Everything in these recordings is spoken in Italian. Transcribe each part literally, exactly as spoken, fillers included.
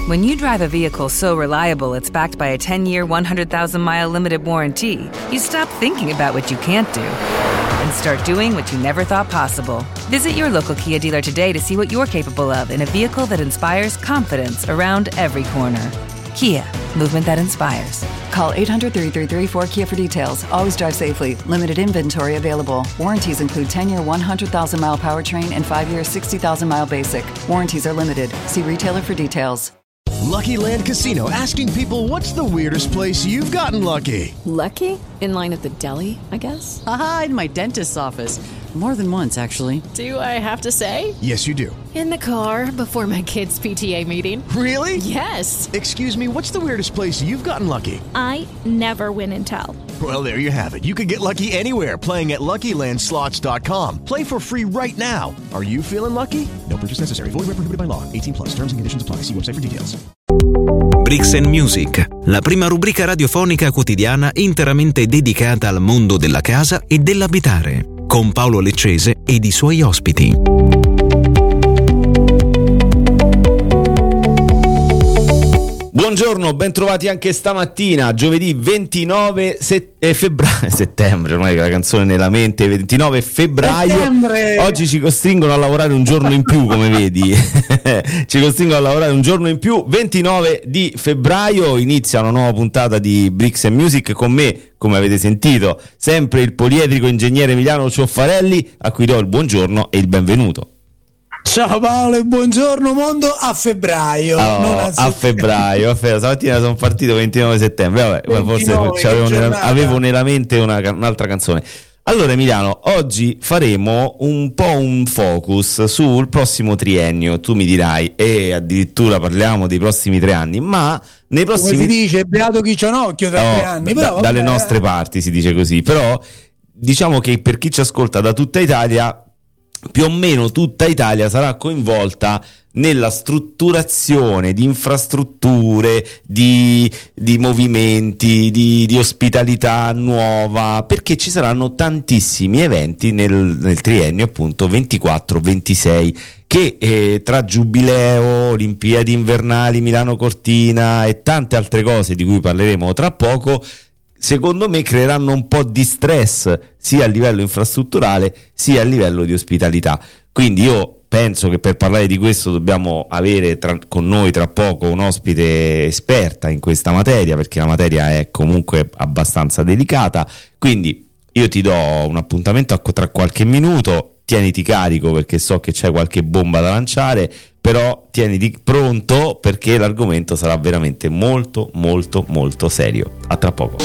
When you drive a vehicle so reliable it's backed by a ten-year, one hundred thousand mile limited warranty, you stop thinking about what you can't do and start doing what you never thought possible. Visit your local Kia dealer today to see what you're capable of in a vehicle that inspires confidence around every corner. Kia, movement that inspires. Call eight hundred, three three three, four Kia for details. Always drive safely. Limited inventory available. Warranties include ten-year, one hundred thousand mile powertrain and five-year, sixty thousand mile basic. Warranties are limited. See retailer for details. Lucky Land Casino, asking people, what's the weirdest place you've gotten lucky? Lucky? In line at the deli, I guess? Aha, in my dentist's office. More than once, actually. Do I have to say? Yes, you do. In the car before my kids' P T A meeting. Really? Yes. Excuse me, what's the weirdest place you've gotten lucky? I never win and tell. Well, there you have it. You can get lucky anywhere, playing at Lucky Land Slots dot com. Play for free right now. Are you feeling lucky? No purchase necessary. Void where prohibited by law. eighteen plus. Terms and conditions apply. See website for details. Bricks and Music, la prima rubrica radiofonica quotidiana interamente dedicata al mondo della casa e dell'abitare, con Paolo Leccese ed i suoi ospiti. Buongiorno, ben trovati anche stamattina, giovedì ventinove set- eh, febbraio, settembre, ormai la canzone nella mente, ventinove febbraio. Settembre. Oggi ci costringono a lavorare un giorno in più, come vedi, ci costringono a lavorare un giorno in più. ventinove di febbraio inizia una nuova puntata di Bricks and Music con me, come avete sentito, sempre il poliedrico ingegnere Emiliano Cioffarelli, a cui do il buongiorno e il benvenuto. Ciao Paolo e buongiorno mondo a febbraio. Oh, non a, a febbraio, a febbraio. Stamattina sono partito ventinove settembre. Vabbè, ventinove, forse avevo nella, avevo nella mente una, un'altra canzone. Allora Emiliano, oggi faremo un po' un focus sul prossimo triennio. Tu mi dirai, e addirittura parliamo dei prossimi tre anni, ma nei prossimi... Come si dice, beato chi c'ha un occhio tra no, tre anni. Da, però, dalle vabbè. nostre parti si dice così, però diciamo che per chi ci ascolta da tutta Italia, più o meno tutta Italia sarà coinvolta nella strutturazione di infrastrutture, di, di movimenti, di, di ospitalità nuova, perché ci saranno tantissimi eventi nel, nel triennio appunto ventiquattro ventisei che eh, tra Giubileo, Olimpiadi invernali, Milano Cortina e tante altre cose di cui parleremo tra poco, secondo me creeranno un po' di stress sia a livello infrastrutturale sia a livello di ospitalità. Quindi io penso che per parlare di questo dobbiamo avere tra, con noi tra poco un ospite esperta in questa materia, perché la materia è comunque abbastanza delicata. Quindi io ti do un appuntamento tra qualche minuto, tieniti carico perché so che c'è qualche bomba da lanciare, però tieniti pronto perché l'argomento sarà veramente molto molto molto serio. A tra poco.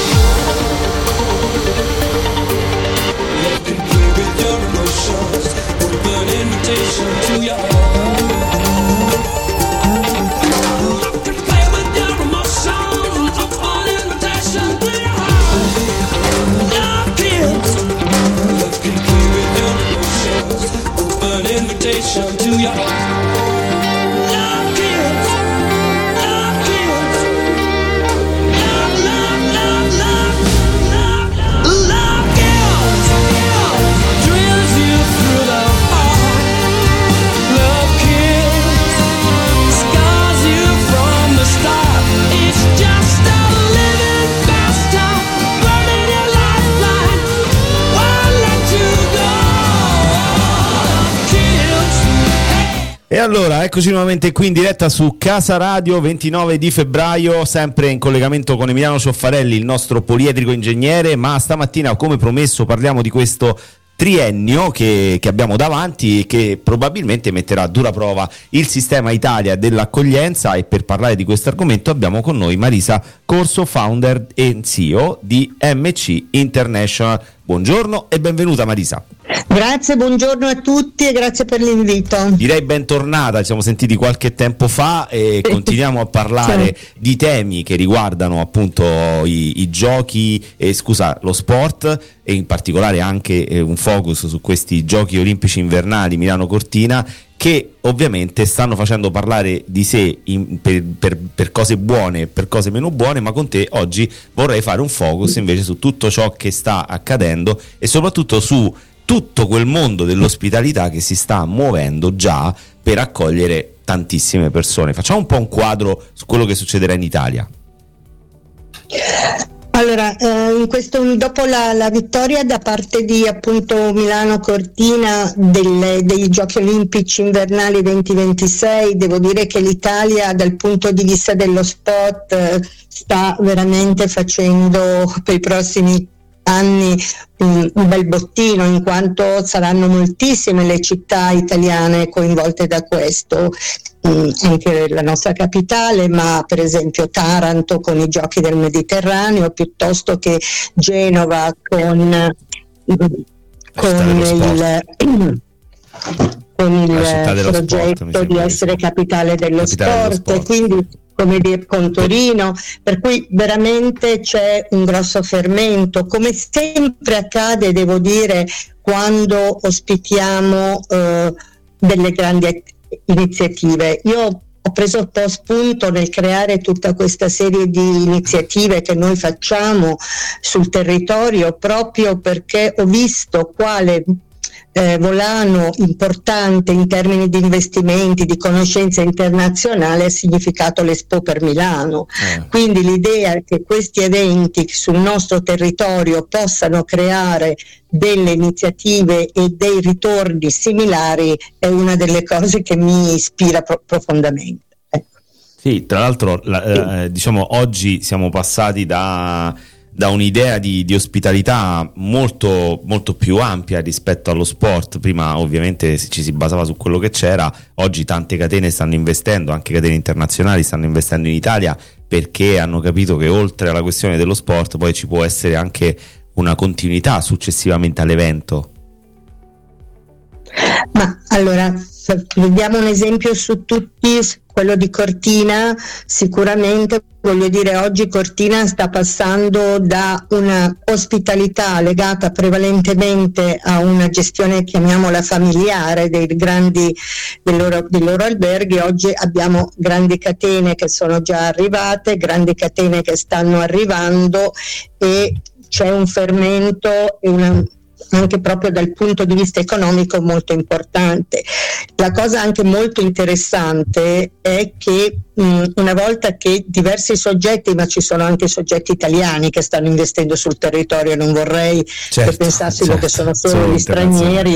E allora, eccoci nuovamente qui in diretta su Casa Radio, ventinove di febbraio, sempre in collegamento con Emiliano Cioffarelli, il nostro poliedrico ingegnere, ma stamattina, come promesso, parliamo di questo triennio che, che abbiamo davanti e che probabilmente metterà a dura prova il sistema Italia dell'accoglienza. E per parlare di questo argomento abbiamo con noi Marisa Corso, founder e C E O di M C International. Buongiorno e benvenuta Marisa. Grazie, buongiorno a tutti e grazie per l'invito. Direi bentornata, ci siamo sentiti qualche tempo fa e continuiamo a parlare sì. di temi che riguardano appunto i, i giochi, eh, scusa, lo sport e in particolare anche eh, un focus su questi giochi olimpici invernali Milano Cortina, che ovviamente stanno facendo parlare di sé in, per, per, per cose buone e per cose meno buone, ma con te oggi vorrei fare un focus invece su tutto ciò che sta accadendo e soprattutto su tutto quel mondo dell'ospitalità che si sta muovendo già per accogliere tantissime persone. Facciamo un po' un quadro su quello che succederà in Italia. Allora, eh, in questo, dopo la, la vittoria da parte di appunto Milano Cortina delle, dei Giochi Olimpici Invernali venti ventisei, devo dire che l'Italia dal punto di vista dello sport eh, sta veramente facendo per i prossimi anni un, un bel bottino, in quanto saranno moltissime le città italiane coinvolte da questo, mm, anche la nostra capitale, ma per esempio Taranto con i Giochi del Mediterraneo, piuttosto che Genova con, con il con il progetto sport, di essere capitale dello capitale sport, dello sport. Quindi come dire con Torino, per cui veramente c'è un grosso fermento, come sempre accade, devo dire, quando ospitiamo eh, delle grandi iniziative. Io ho preso un po' spunto nel creare tutta questa serie di iniziative che noi facciamo sul territorio, proprio perché ho visto quale Eh, volano importante in termini di investimenti, di conoscenza internazionale ha significato l'Expo per Milano. Eh. Quindi l'idea che questi eventi sul nostro territorio possano creare delle iniziative e dei ritorni similari è una delle cose che mi ispira pro- profondamente. Ecco. Sì, tra l'altro la, sì. Eh, diciamo oggi siamo passati da da un'idea di, di ospitalità molto, molto più ampia rispetto allo sport. Prima ovviamente ci si basava su quello che c'era, oggi tante catene stanno investendo, anche catene internazionali stanno investendo in Italia, perché hanno capito che oltre alla questione dello sport poi ci può essere anche una continuità successivamente all'evento. Ma allora vediamo un esempio su tutti, quello di Cortina. Sicuramente, voglio dire, oggi Cortina sta passando da una ospitalità legata prevalentemente a una gestione, chiamiamola familiare, dei grandi dei loro, dei loro alberghi. Oggi abbiamo grandi catene che sono già arrivate, grandi catene che stanno arrivando, e c'è un fermento e una anche proprio dal punto di vista economico molto importante. La cosa anche molto interessante è che mh, una volta che diversi soggetti, ma ci sono anche soggetti italiani che stanno investendo sul territorio, non vorrei certo, che pensassimo certo, che sono solo sono gli stranieri,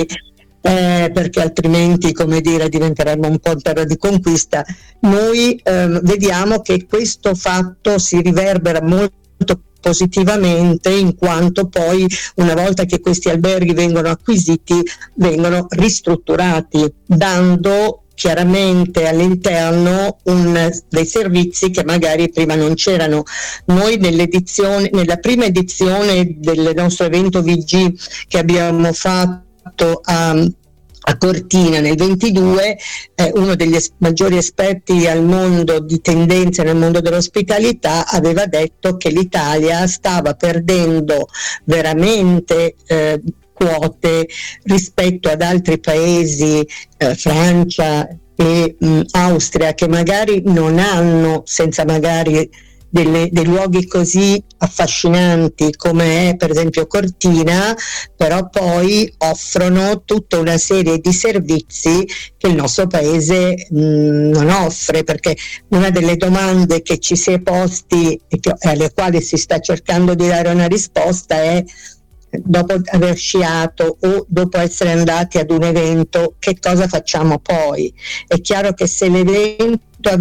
eh, perché altrimenti, come dire, diventerebbe un po' terra di conquista. Noi ehm, vediamo che questo fatto si riverbera molto positivamente, in quanto poi una volta che questi alberghi vengono acquisiti vengono ristrutturati, dando chiaramente all'interno un, dei servizi che magari prima non c'erano. Noi nell'edizione, nella prima edizione del nostro evento V G che abbiamo fatto a a Cortina nel ventidue, eh, uno degli es- maggiori esperti al mondo di tendenze nel mondo dell'ospitalità aveva detto che l'Italia stava perdendo veramente eh, quote rispetto ad altri paesi, eh, Francia e mh, Austria, che magari non hanno, senza magari Delle, dei luoghi così affascinanti come è per esempio Cortina, però poi offrono tutta una serie di servizi che il nostro paese mh, non offre, perché una delle domande che ci si è posti e che, alle quali si sta cercando di dare una risposta è: dopo aver sciato o dopo essere andati ad un evento, che cosa facciamo poi? È chiaro che se l'evento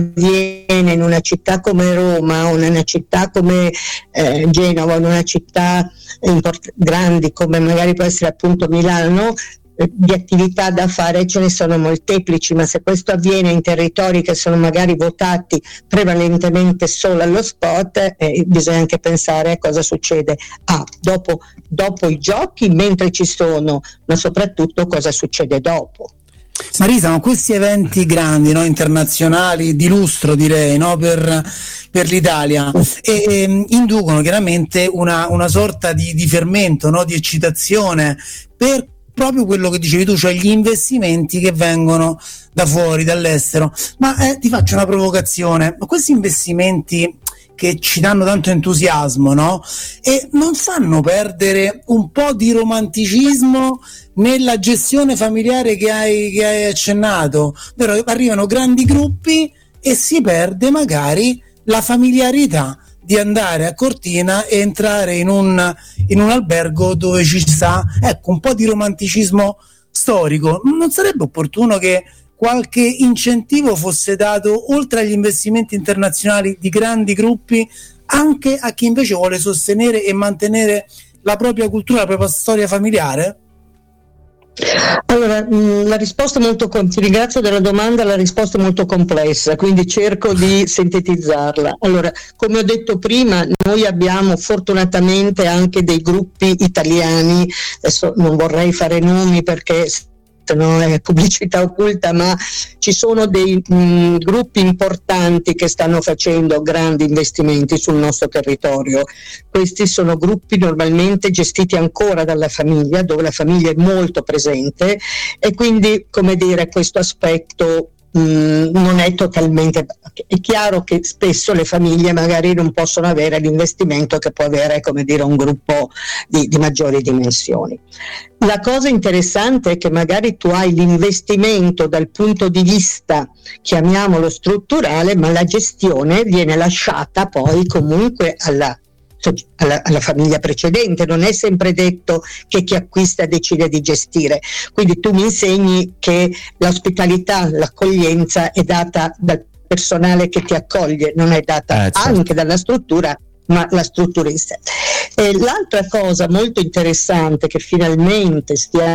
avviene in una città come Roma o in una città come eh, Genova, in una città import- grandi come magari può essere appunto Milano, eh, di attività da fare ce ne sono molteplici, ma se questo avviene in territori che sono magari votati prevalentemente solo allo sport, eh, bisogna anche pensare a cosa succede ah, dopo, dopo i giochi, mentre ci sono, ma soprattutto cosa succede dopo. Marisa, ma questi eventi grandi, no, internazionali, di lustro direi, no, per, per l'Italia, e, e, inducono chiaramente una, una sorta di, di fermento, no, di eccitazione per proprio quello che dicevi tu, cioè gli investimenti che vengono da fuori, dall'estero. Ma eh, ti faccio una provocazione: ma questi investimenti che ci danno tanto entusiasmo, no? E non fanno perdere un po' di romanticismo nella gestione familiare che hai, che hai accennato, vero? Arrivano grandi gruppi e si perde magari la familiarità di andare a Cortina e entrare in un, in un albergo dove ci sta, ecco, un po' di romanticismo storico. Non sarebbe opportuno che qualche incentivo fosse dato, oltre agli investimenti internazionali di grandi gruppi, anche a chi invece vuole sostenere e mantenere la propria cultura, la propria storia familiare? Allora, mh, la risposta è molto com- ti ringrazio della domanda, la risposta è molto complessa, quindi cerco di sintetizzarla. Allora, come ho detto prima, noi abbiamo fortunatamente anche dei gruppi italiani, adesso non vorrei fare nomi perché non è pubblicità occulta, ma ci sono dei mh, gruppi importanti che stanno facendo grandi investimenti sul nostro territorio. Questi sono gruppi normalmente gestiti ancora dalla famiglia, dove la famiglia è molto presente, e quindi, come dire, questo aspetto Mm, non è totalmente, è chiaro che spesso le famiglie magari non possono avere l'investimento che può avere, come dire, un gruppo di, di maggiori dimensioni. La cosa interessante è che magari tu hai l'investimento dal punto di vista, chiamiamolo strutturale, ma la gestione viene lasciata poi comunque alla Alla, alla famiglia precedente. Non è sempre detto che chi acquista decide di gestire, quindi tu mi insegni che l'ospitalità, l'accoglienza è data dal personale che ti accoglie, non è data eh, certo. anche dalla struttura, ma la struttura in sé. E l'altra cosa molto interessante che finalmente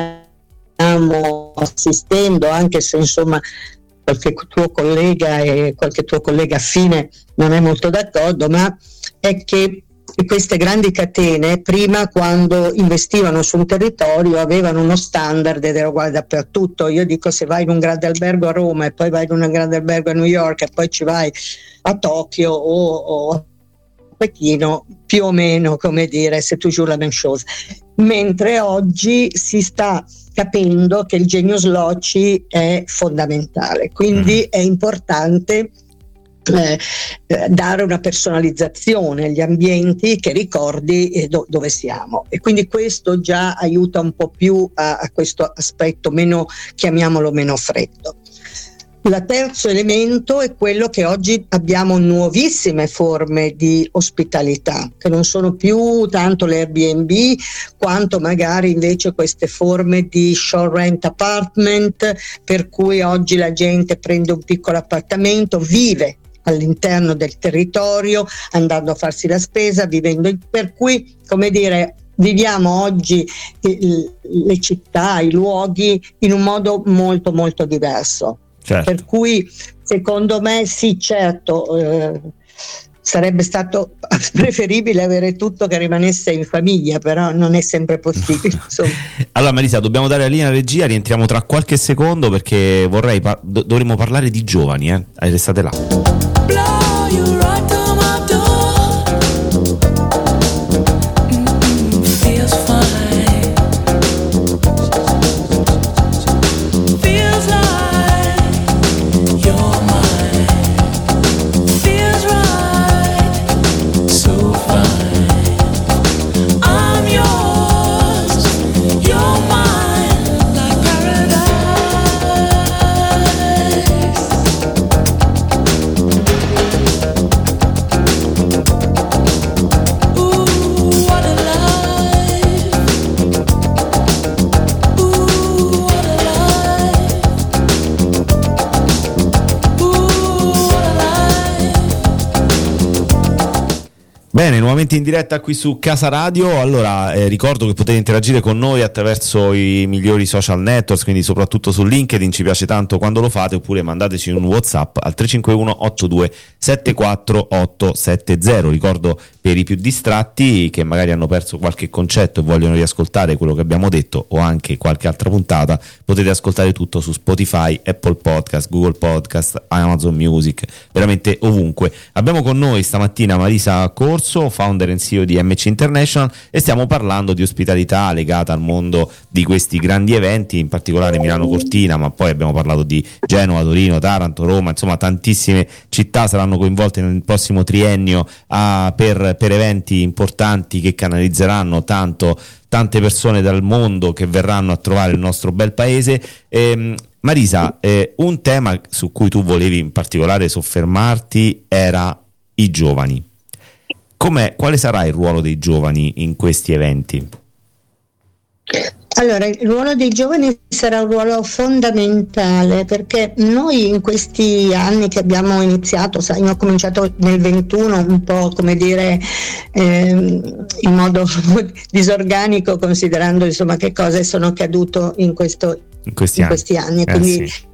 stiamo assistendo, anche se insomma qualche tuo collega e qualche tuo collega affine non è molto d'accordo, ma è che queste grandi catene prima, quando investivano su un territorio, avevano uno standard ed era uguale dappertutto. Io dico, se vai in un grande albergo a Roma e poi vai in un grande albergo a New York e poi ci vai a Tokyo o, o a Pechino, più o meno, come dire, c'est toujours la même chose. Mentre oggi si sta capendo che il genius loci è fondamentale, quindi mm. è importante Eh, dare una personalizzazione agli ambienti che ricordi eh, do- dove siamo, e quindi questo già aiuta un po' più a, a questo aspetto meno, chiamiamolo meno freddo. Il terzo elemento è quello che oggi abbiamo nuovissime forme di ospitalità, che non sono più tanto le Airbnb quanto magari invece queste forme di short rent apartment, per cui oggi la gente prende un piccolo appartamento, vive all'interno del territorio, andando a farsi la spesa, vivendo, per cui, come dire, viviamo oggi il, le città, i luoghi in un modo molto molto diverso. Certo. Per cui secondo me sì, certo, eh, sarebbe stato preferibile avere tutto che rimanesse in famiglia, però non è sempre possibile. Allora Marisa, dobbiamo dare la linea alla regia, rientriamo tra qualche secondo perché vorrei par- do- dovremmo parlare di giovani, eh? Restate là. Blow you right to my door. Mm-hmm, feels fine. Feels like you're mine. Feels right, so fine. I'm yours, you're mine, like paradise. Bene, nuovamente in diretta qui su Casa Radio. Allora eh, ricordo che potete interagire con noi attraverso i migliori social networks, quindi soprattutto su LinkedIn, ci piace tanto quando lo fate, oppure mandateci un WhatsApp al tre cinque uno otto due sette quattro otto sette zero. Ricordo per i più distratti che magari hanno perso qualche concetto e vogliono riascoltare quello che abbiamo detto o anche qualche altra puntata, potete ascoltare tutto su Spotify, Apple Podcast, Google Podcast, Amazon Music, veramente ovunque. Abbiamo con noi stamattina Marisa Corso, founder and C E O di M C International, e stiamo parlando di ospitalità legata al mondo di questi grandi eventi, in particolare Milano Cortina, ma poi abbiamo parlato di Genova, Torino, Taranto, Roma, insomma tantissime città saranno coinvolte nel prossimo triennio a, per per eventi importanti che canalizzeranno tanto tante persone dal mondo che verranno a trovare il nostro bel paese. Eh, Marisa, eh, un tema su cui tu volevi in particolare soffermarti era i giovani. Com'è, quale sarà il ruolo dei giovani in questi eventi? Allora, il ruolo dei giovani sarà un ruolo fondamentale, perché noi in questi anni che abbiamo iniziato, sai, io ho cominciato nel ventuno un po', come dire, ehm, in modo disorganico, considerando insomma che cose sono accadute in, questo, in questi in anni, questi anni. Eh, quindi sì.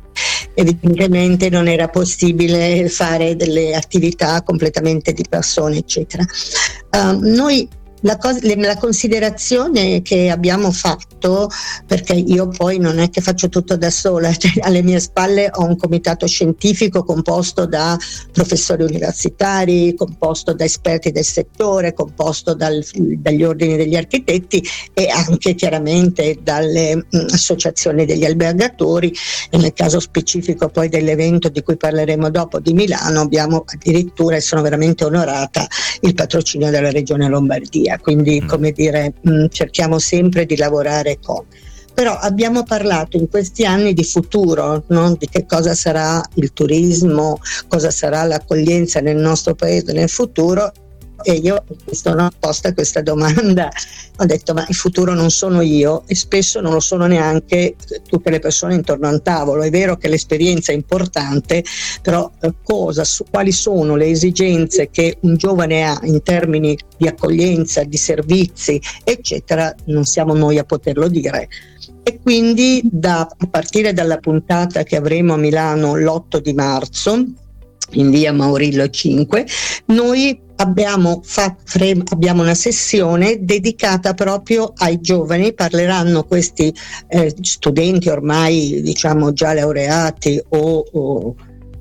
Evidentemente non era possibile fare delle attività completamente di persone, eccetera. Uh, noi La, cosa, la considerazione che abbiamo fatto, perché io poi non è che faccio tutto da sola, cioè alle mie spalle ho un comitato scientifico composto da professori universitari, composto da esperti del settore, composto dal, dagli ordini degli architetti e anche chiaramente dalle mh, associazioni degli albergatori, e nel caso specifico poi dell'evento di cui parleremo dopo di Milano abbiamo addirittura, e sono veramente onorata, il patrocinio della Regione Lombardia. Quindi, come dire, mh, cerchiamo sempre di lavorare con. Però abbiamo parlato in questi anni di futuro, no? Di che cosa sarà il turismo, cosa sarà l'accoglienza nel nostro paese nel futuro, e io mi sono posta questa domanda, ho detto ma il futuro non sono io e spesso non lo sono neanche tutte le persone intorno a un tavolo. È vero che l'esperienza è importante, però eh, cosa, su, quali sono le esigenze che un giovane ha in termini di accoglienza, di servizi eccetera, non siamo noi a poterlo dire. E quindi da, a partire dalla puntata che avremo a Milano l'otto di marzo in via Maurillo cinque, noi abbiamo, fa, fre, abbiamo una sessione dedicata proprio ai giovani. Parleranno questi eh, studenti ormai diciamo già laureati o, o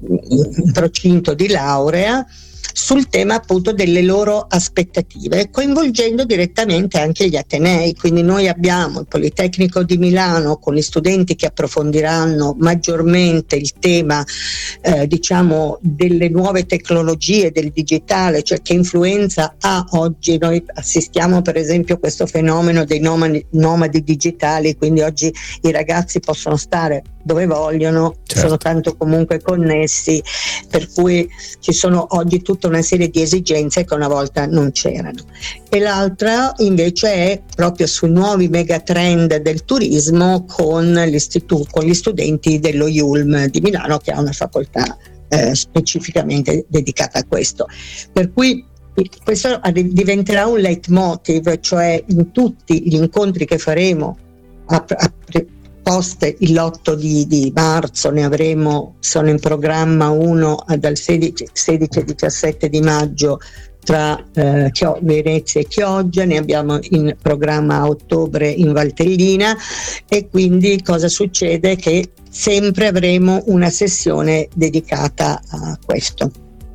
in procinto di laurea, sul tema appunto delle loro aspettative, coinvolgendo direttamente anche gli atenei. Quindi noi abbiamo il Politecnico di Milano con gli studenti che approfondiranno maggiormente il tema eh, diciamo delle nuove tecnologie, del digitale, cioè che influenza ha oggi. Noi assistiamo per esempio a questo fenomeno dei nomadi, nomadi digitali, quindi oggi i ragazzi possono stare dove vogliono, certo. Sono tanto comunque connessi, per cui ci sono oggi tutta una serie di esigenze che una volta non c'erano. E l'altra invece è proprio sui nuovi megatrend del turismo con l'istituto, con gli studenti dello I U L M di Milano, che ha una facoltà eh, specificamente dedicata a questo. Per cui questo diventerà un leitmotiv, cioè in tutti gli incontri che faremo a, a post il otto di marzo, ne avremo, sono in programma uno dal sedici e diciassette di maggio tra eh, Chio, Venezia e Chioggia, ne abbiamo in programma a ottobre in Valtellina, e quindi cosa succede? Che sempre avremo una sessione dedicata a questo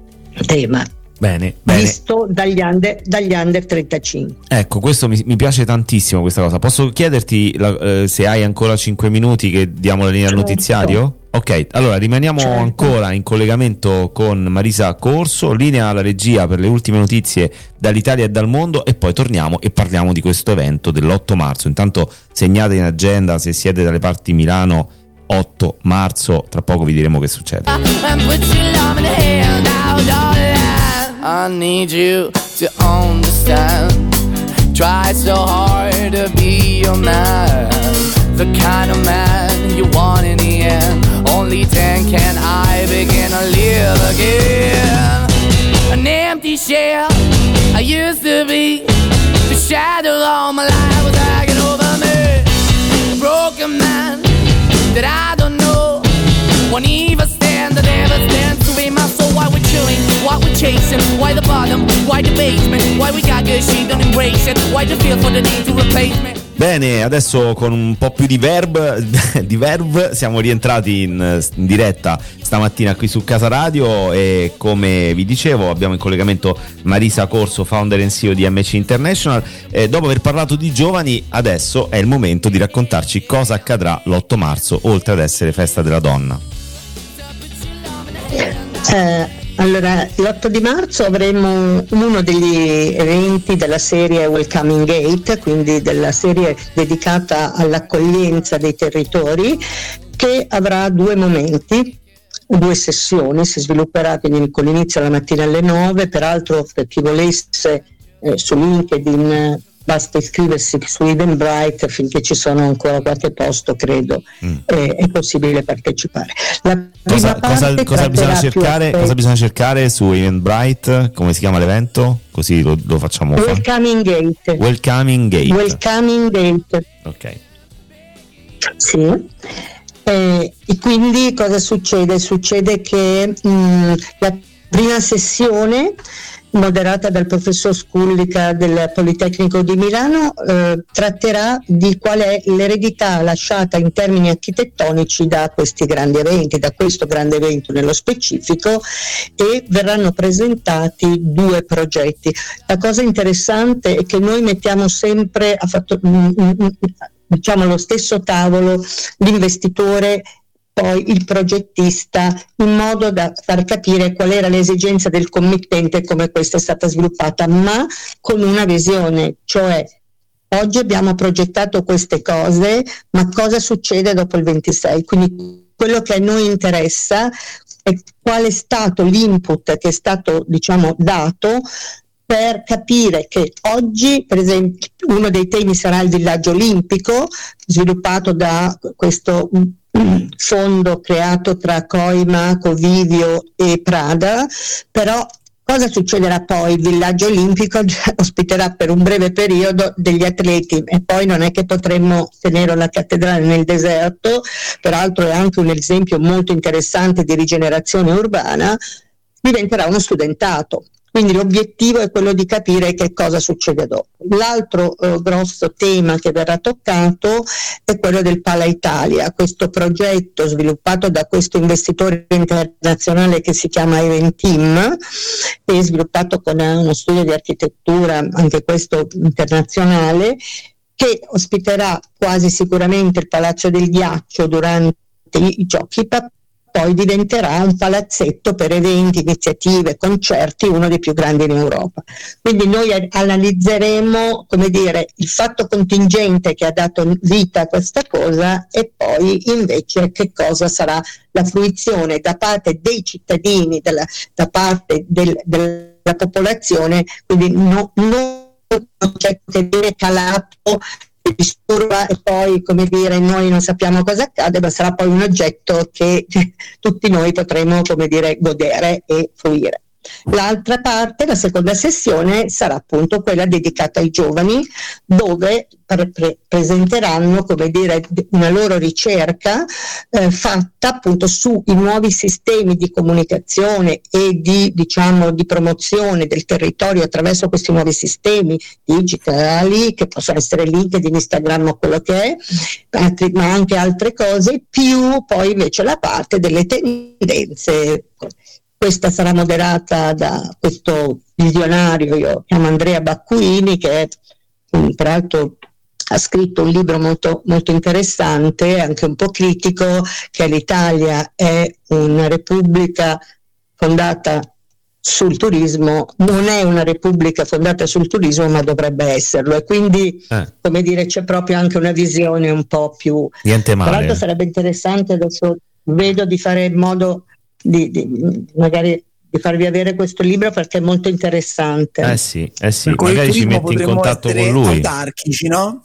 tema. Bene, bene. Visto dagli under, dagli under trentacinque. Ecco, questo mi, mi piace tantissimo questa cosa. Posso chiederti la, eh, se hai ancora cinque minuti che diamo la linea al certo. notiziario? Ok, allora rimaniamo certo. ancora in collegamento con Marisa Corso, linea alla regia per le ultime notizie dall'Italia e dal mondo, e poi torniamo e parliamo di questo evento dell'otto marzo. Intanto segnate in agenda, se siete dalle parti Milano, otto marzo, tra poco vi diremo che succede. I need you to understand. Try so hard to be your man, the kind of man you want in the end. Only then can I begin to live again. An empty shell I used to be, the shadow all my life was hanging over me. A broken man that I don't know won't even stand, that never stands to be my soul. Why we're chilling, why we're chasing, why the bottom Why the basement? Why we got good, she don't embrace it? Why the feel for the need to replace me? Bene, adesso con un po' più di verb, di verb siamo rientrati in, in diretta stamattina qui su Casa Radio e come vi dicevo abbiamo in collegamento Marisa Corso, founder e C E O di M C International. E dopo aver parlato di giovani, adesso è il momento di raccontarci cosa accadrà l'otto marzo, oltre ad essere festa della donna. Eh, allora, l'otto di marzo avremo uno degli eventi della serie Welcoming Gate, quindi della serie dedicata all'accoglienza dei territori, che avrà due momenti, due sessioni. Si svilupperà quindi con l'inizio la mattina alle nove. Peraltro, per chi volesse, eh, su LinkedIn basta iscriversi su Eventbrite, finché ci sono ancora qualche posto, credo, mm. eh, è possibile partecipare. La cosa, cosa, cosa, bisogna cercare, cosa bisogna cercare su Eventbrite? Come si chiama l'evento? Così lo, lo facciamo. Welcoming Gate. Welcoming Gate. Welcoming Gate. Ok. Sì. Eh, e quindi cosa succede? Succede che mh, la prima sessione, moderata dal professor Scullica del Politecnico di Milano, eh, tratterà di qual è l'eredità lasciata in termini architettonici da questi grandi eventi, da questo grande evento nello specifico, e verranno presentati due progetti. La cosa interessante è che noi mettiamo sempre a fatto, diciamo allo stesso tavolo l'investitore, poi il progettista, in modo da far capire qual era l'esigenza del committente e come questa è stata sviluppata, ma con una visione, cioè oggi abbiamo progettato queste cose, ma cosa succede dopo il ventisei? Quindi quello che a noi interessa è qual è stato l'input che è stato, diciamo, dato per capire che oggi, per esempio, uno dei temi sarà il villaggio olimpico, sviluppato da questo fondo creato tra Coima, Covivio e Prada. Però cosa succederà poi? Il villaggio olimpico ospiterà per un breve periodo degli atleti e poi non è che potremmo tenere la cattedrale nel deserto. Peraltro è anche un esempio molto interessante di rigenerazione urbana. Diventerà uno studentato. Quindi l'obiettivo è quello di capire che cosa succede dopo. L'altro eh, grosso tema che verrà toccato è quello del Pala Italia, questo progetto sviluppato da questo investitore internazionale che si chiama Eventim e sviluppato con uno studio di architettura, anche questo internazionale, che ospiterà quasi sicuramente il Palazzo del Ghiaccio durante i giochi, poi diventerà un palazzetto per eventi, iniziative, concerti, uno dei più grandi in Europa. Quindi noi analizzeremo, come dire, il fatto contingente che ha dato vita a questa cosa e poi invece che cosa sarà la fruizione da parte dei cittadini, della, da parte del, della popolazione, quindi no, non un concetto che viene calato, disturba e poi, come dire, noi non sappiamo cosa accade, ma sarà poi un oggetto che tutti noi potremo, come dire, godere e fruire. L'altra parte, la seconda sessione, sarà appunto quella dedicata ai giovani, dove pre- pre- presenteranno, come dire, una loro ricerca eh, fatta appunto sui nuovi sistemi di comunicazione e di, diciamo, di promozione del territorio attraverso questi nuovi sistemi digitali, che possono essere LinkedIn, Instagram o quello che è, altri, ma anche altre cose, più poi invece la parte delle tendenze. Questa sarà moderata da questo visionario, io chiamo Andrea Baccuini, che è, peraltro ha scritto un libro molto, molto interessante, anche un po' critico, che l'Italia è una repubblica fondata sul turismo, non è una repubblica fondata sul turismo, ma dovrebbe esserlo, e quindi eh. come dire, c'è proprio anche una visione un po' più... Niente male. Tra l'altro sarebbe interessante, adesso vedo di fare in modo Di, di, magari di farvi avere questo libro, perché è molto interessante. Eh sì, eh sì. Magari ci metti in contatto con lui. Autarchici, no?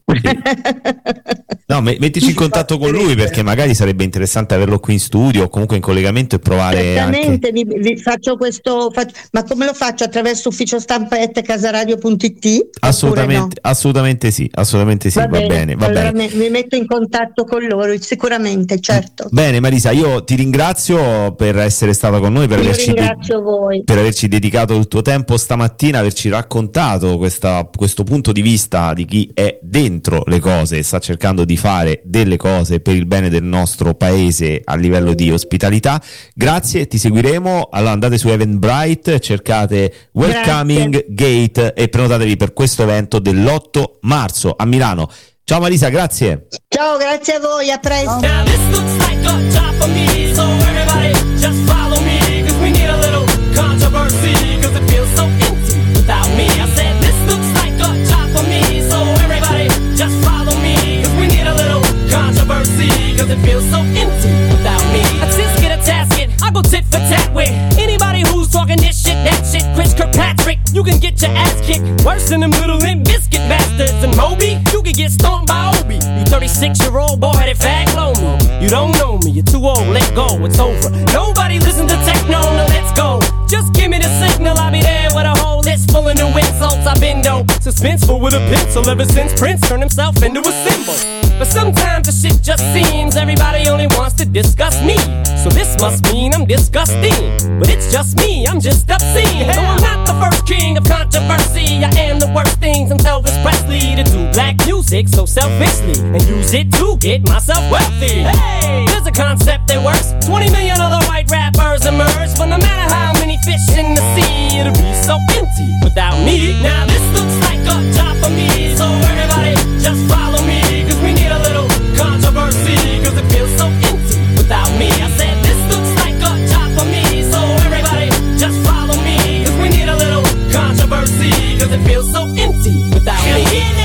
No, me- mettici in contatto con lui, perché magari sarebbe interessante averlo qui in studio o comunque in collegamento e provare Certamente, anche... vi, vi faccio questo, faccio, ma come lo faccio? Attraverso ufficio stampa at casaradio punto it? Assolutamente, no? assolutamente sì, assolutamente sì, va, va bene, bene va allora bene. Mi, mi metto in contatto con loro, sicuramente, certo. Bene Marisa, io ti ringrazio per essere stata con noi, per, io averci, ringrazio de- voi. per averci dedicato il tuo tempo stamattina, averci raccontato questa, questo punto di vista di chi è dentro le cose e sta cercando di fare delle cose per il bene del nostro paese a livello di ospitalità. Grazie, ti seguiremo. Allora andate su Eventbrite, cercate Welcoming Grazie. Gate e prenotatevi per questo evento dell'otto marzo a Milano. Ciao Marisa, grazie. Ciao, grazie a voi, a presto. Cause it feels so empty without me. A tisket, a tasket, I go tit for tat with anybody who's talking this shit, that shit. Chris Kirkpatrick, you can get your ass kicked worse than them little Limp Biscuit bastards. And Moby, you can get stomped by Obi. You thirty-six year old boy headed fag lonely. You don't know me, you're too old, let go, it's over. Nobody listen to techno, no let's go. Just give me the signal, I'll be there with a whole list full of new insults. I've been though suspenseful with a pencil ever since Prince turned himself into a symbol. But sometimes the shit just seems everybody only wants to discuss me. So this must mean I'm disgusting. But it's just me, I'm just obscene. Though I'm not the first king of controversy, I am the worst thing since Elvis Presley to do black music so selfishly and use it to get myself wealthy. Hey, there's a concept that works. twenty million other white rappers emerge, but no matter how many fish in the sea, it'll be so empty without me. Now this looks like a job for me, so everybody just follow me. Cause we need a little controversy, cause it feels so empty without me. I said this looks like a job for me, so everybody just follow me. Cause we need a little controversy, cause it feels so empty without me.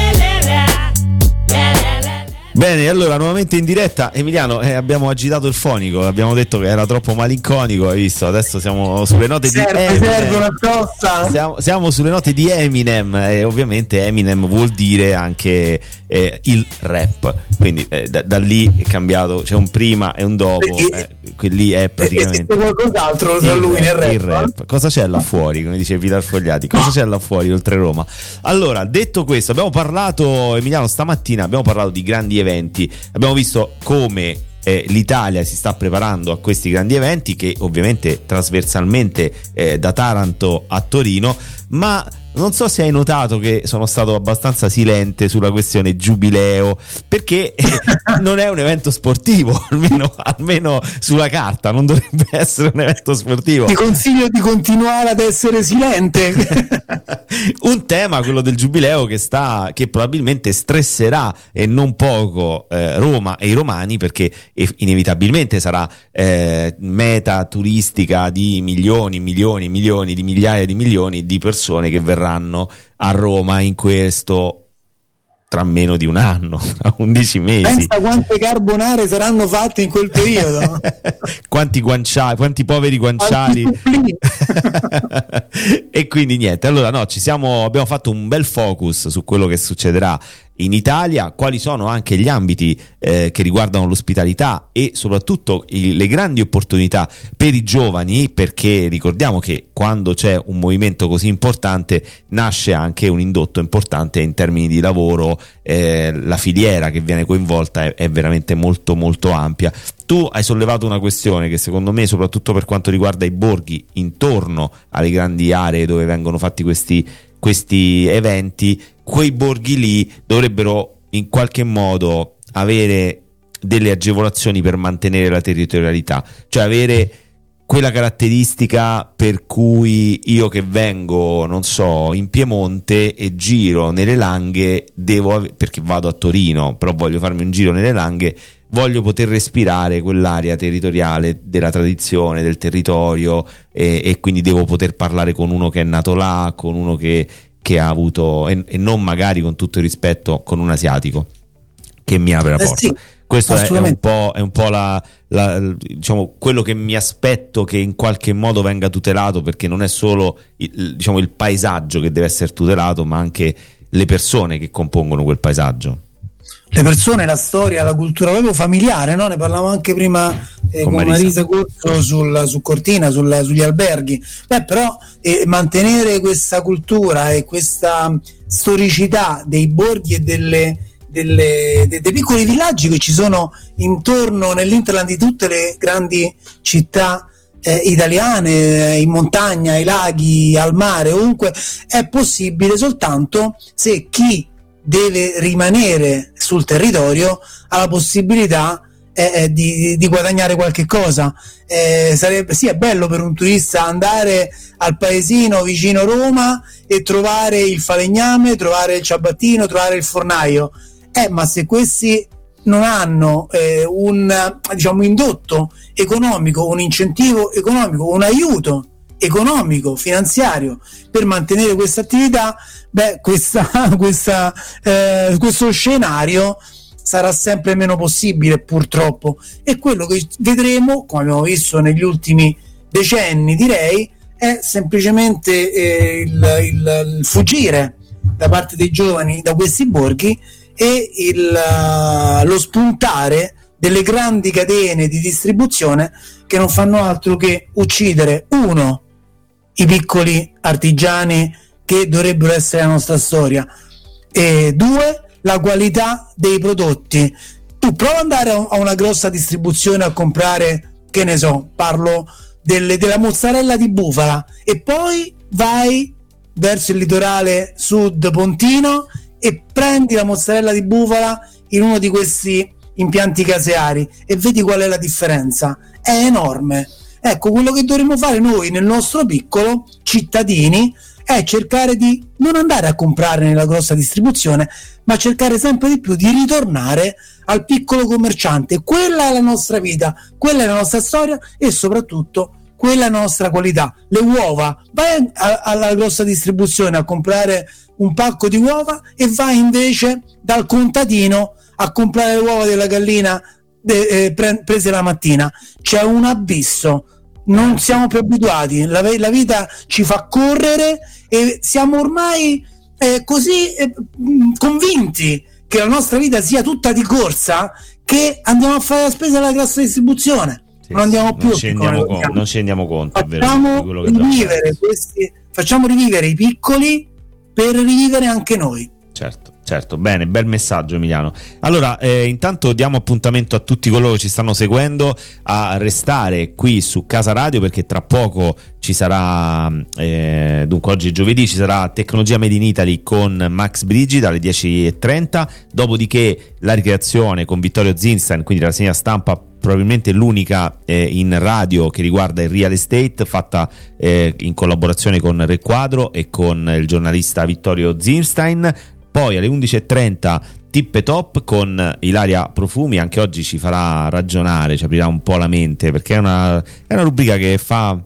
Bene, allora nuovamente in diretta. Emiliano, eh, abbiamo agitato il fonico, abbiamo detto che era troppo malinconico, hai visto? Adesso siamo sulle note serve, di Eminem. Serve una tosta. Siamo, siamo sulle note di Eminem e ovviamente Eminem vuol dire anche eh, il rap, quindi eh, da, da lì è cambiato, c'è un prima e un dopo, eh, lì è praticamente qualcos'altro tra lui nel rap, il rap. Cosa c'è là fuori, come dice Vital Fogliati, cosa c'è là fuori oltre Roma? Allora, detto questo, abbiamo parlato, Emiliano, stamattina abbiamo parlato di grandi eventi. Abbiamo visto come eh, l'Italia si sta preparando a questi grandi eventi, che ovviamente trasversalmente eh, da Taranto a Torino, ma non so se hai notato che sono stato abbastanza silente sulla questione giubileo, perché non è un evento sportivo, almeno, almeno sulla carta non dovrebbe essere un evento sportivo. Ti consiglio di continuare ad essere silente. Un tema, quello del giubileo, che sta che probabilmente stresserà e non poco eh, Roma e i romani, perché inevitabilmente sarà eh, meta turistica di milioni, milioni, milioni di migliaia di milioni di persone che verranno a Roma in questo tra meno di un anno, tra undici mesi. Pensa quante carbonare saranno fatte in quel periodo. Quanti guanciali, quanti poveri guanciali. E quindi niente, allora no, ci siamo, abbiamo fatto un bel focus su quello che succederà in Italia, quali sono anche gli ambiti eh, che riguardano l'ospitalità e soprattutto i, le grandi opportunità per i giovani, perché ricordiamo che quando c'è un movimento così importante nasce anche un indotto importante in termini di lavoro, eh, la filiera che viene coinvolta è, è veramente molto molto ampia. Tu hai sollevato una questione che secondo me, soprattutto per quanto riguarda i borghi intorno alle grandi aree dove vengono fatti questi questi eventi, quei borghi lì dovrebbero in qualche modo avere delle agevolazioni per mantenere la territorialità, cioè avere quella caratteristica per cui io che vengo, non so, in Piemonte e giro nelle Langhe, devo ave- perché vado a Torino, però voglio farmi un giro nelle Langhe, voglio poter respirare quell'area territoriale della tradizione, del territorio, e, e quindi devo poter parlare con uno che è nato là, con uno che, che ha avuto, e, e non magari, con tutto il rispetto, con un asiatico che mi apre la porta. Eh sì, questo è, è un po', è un po' la, la, diciamo, quello che mi aspetto che in qualche modo venga tutelato, perché non è solo il, diciamo, il paesaggio che deve essere tutelato, ma anche le persone che compongono quel paesaggio. le persone, la storia, la cultura proprio familiare, no? Ne parlavo anche prima eh, con, con Marisa Corso sul, su Cortina, sul, sugli alberghi. Beh, però eh, mantenere questa cultura e questa storicità dei borghi e delle, delle, de, dei piccoli villaggi che ci sono intorno nell'interland di tutte le grandi città eh, italiane, in montagna, ai laghi, al mare, ovunque, è possibile soltanto se chi deve rimanere sul territorio ha la possibilità eh, di, di guadagnare qualche cosa. Eh, sarebbe, sì, è bello per un turista andare al paesino vicino Roma e trovare il falegname, trovare il ciabattino, trovare il fornaio, eh, ma se questi non hanno eh, un, diciamo, indotto economico, un incentivo economico, un aiuto economico, finanziario per mantenere questa attività, beh, questa, questa, eh, questo scenario sarà sempre meno possibile, purtroppo. E quello che vedremo, come abbiamo visto negli ultimi decenni, direi, è semplicemente eh, il, il, il fuggire da parte dei giovani da questi borghi e il, uh, lo spuntare delle grandi catene di distribuzione che non fanno altro che uccidere, uno, i piccoli artigiani che dovrebbero essere la nostra storia, e due, la qualità dei prodotti. Tu prova ad andare a una grossa distribuzione a comprare, che ne so, parlo delle, della mozzarella di bufala, e poi vai verso il litorale sud pontino e prendi la mozzarella di bufala in uno di questi impianti caseari e vedi qual è la differenza. È enorme. Ecco, quello che dovremmo fare noi nel nostro piccolo, cittadini, è cercare di non andare a comprare nella grossa distribuzione, ma cercare sempre di più di ritornare al piccolo commerciante. Quella è la nostra vita, quella è la nostra storia e soprattutto quella è la nostra qualità. Le uova, vai a, alla grossa distribuzione a comprare un pacco di uova e vai invece dal contadino a comprare le uova della gallina de, eh, pre, prese la mattina. C'è un abisso, non siamo più abituati, la, la vita ci fa correre e siamo ormai eh, così eh, convinti che la nostra vita sia tutta di corsa che andiamo a fare la spesa alla grossa distribuzione. Sì, non andiamo più non ci rendiamo conto, non ci rendiamo conto, facciamo, vero, rivivere questi, facciamo rivivere i piccoli per rivivere anche noi. Certo, certo, bene, bel messaggio Emiliano. Allora, eh, intanto diamo appuntamento a tutti coloro che ci stanno seguendo a restare qui su Casa Radio, perché tra poco ci sarà, eh, dunque oggi giovedì ci sarà Tecnologia Made in Italy con Max Brigida alle dieci e trenta, dopodiché la ricreazione con Vittorio Zinstein, quindi la rassegna stampa probabilmente l'unica eh, in radio che riguarda il real estate, fatta eh, in collaborazione con Re Quadro e con il giornalista Vittorio Zinstein. Poi alle undici e trenta Tip e Top con Ilaria Profumi, anche oggi ci farà ragionare, ci aprirà un po' la mente, perché è una, è una rubrica che fa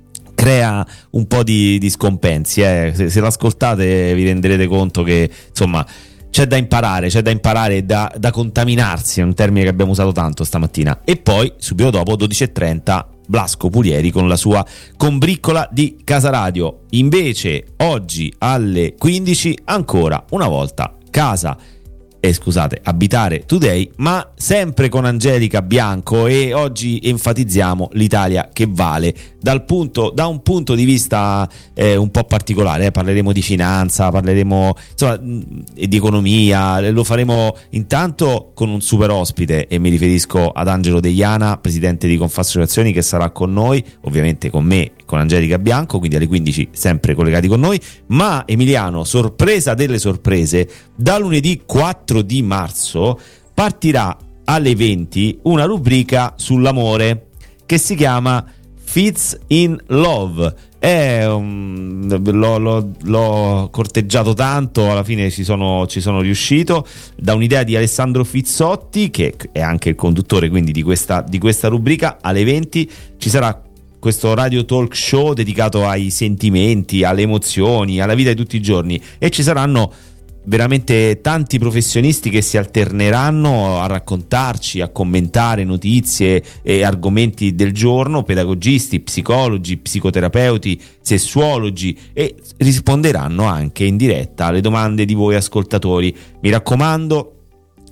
crea un po' di, di scompensi, eh. se, se l'ascoltate vi renderete conto che insomma c'è da imparare, c'è da imparare e da, da contaminarsi, è un termine che abbiamo usato tanto stamattina. E poi subito dopo dodici e trenta Blasco Pulieri con la sua combriccola di Casa Radio. Invece oggi alle quindici ancora una volta Casa eh, scusate, Abitare Today, ma sempre con Angelica Bianco, e oggi enfatizziamo l'Italia che vale dal punto, da un punto di vista eh, un po' particolare, eh. Parleremo di finanza, parleremo insomma e di economia, lo faremo intanto con un super ospite, e mi riferisco ad Angelo Deiana, presidente di Confassociazioni, che sarà con noi, ovviamente con me, con Angelica Bianco, quindi alle quindici sempre collegati con noi. Ma Emiliano, sorpresa delle sorprese, da lunedì quattro di marzo partirà alle venti una rubrica sull'amore che si chiama Fits in Love. È um, l'ho, l'ho, l'ho corteggiato tanto, alla fine ci sono, ci sono riuscito, da un'idea di Alessandro Fizzotti, che è anche il conduttore quindi di questa, di questa rubrica. Alle venti ci sarà questo radio talk show dedicato ai sentimenti, alle emozioni, alla vita di tutti i giorni, e ci saranno veramente tanti professionisti che si alterneranno a raccontarci, a commentare notizie e argomenti del giorno, pedagogisti, psicologi, psicoterapeuti, sessuologi, e risponderanno anche in diretta alle domande di voi ascoltatori. Mi raccomando,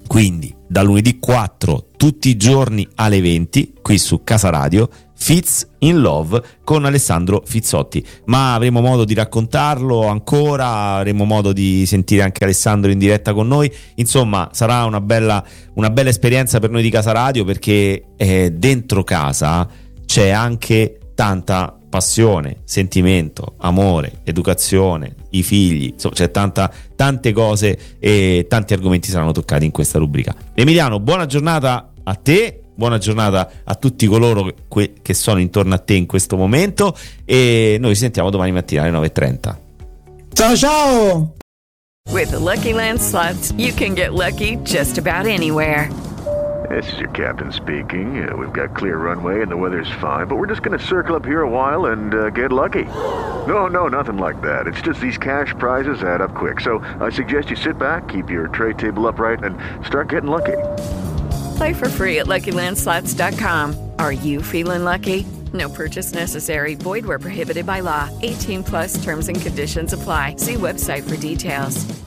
Quindi da lunedì quattro tutti i giorni alle venti qui su Casa Radio, Fits in Love con Alessandro Fizzotti. Ma avremo modo di raccontarlo ancora, avremo modo di sentire anche Alessandro in diretta con noi. Insomma, sarà una bella, una bella esperienza per noi di Casa Radio, perché eh, dentro casa c'è anche tanta passione, sentimento, amore, educazione, i figli, insomma c'è tanta, tante cose e tanti argomenti saranno toccati in questa rubrica. Emiliano, buona giornata a te, buona giornata a tutti coloro que- che sono intorno a te in questo momento, e noi ci sentiamo domani mattina alle nove e trenta. Ciao ciao! With the Lucky Land Slots, you can get lucky just about anywhere. This is your captain speaking. Uh, we've got clear runway and the weather's fine, but we're just going to circle up here a while and uh, get lucky. No, no, nothing like that. It's just these cash prizes add up quick. So I suggest you sit back, keep your tray table upright, and start getting lucky. Play for free at Lucky Land Slots dot com. Are you feeling lucky? No purchase necessary. Void where prohibited by law. eighteen plus terms and conditions apply. See website for details.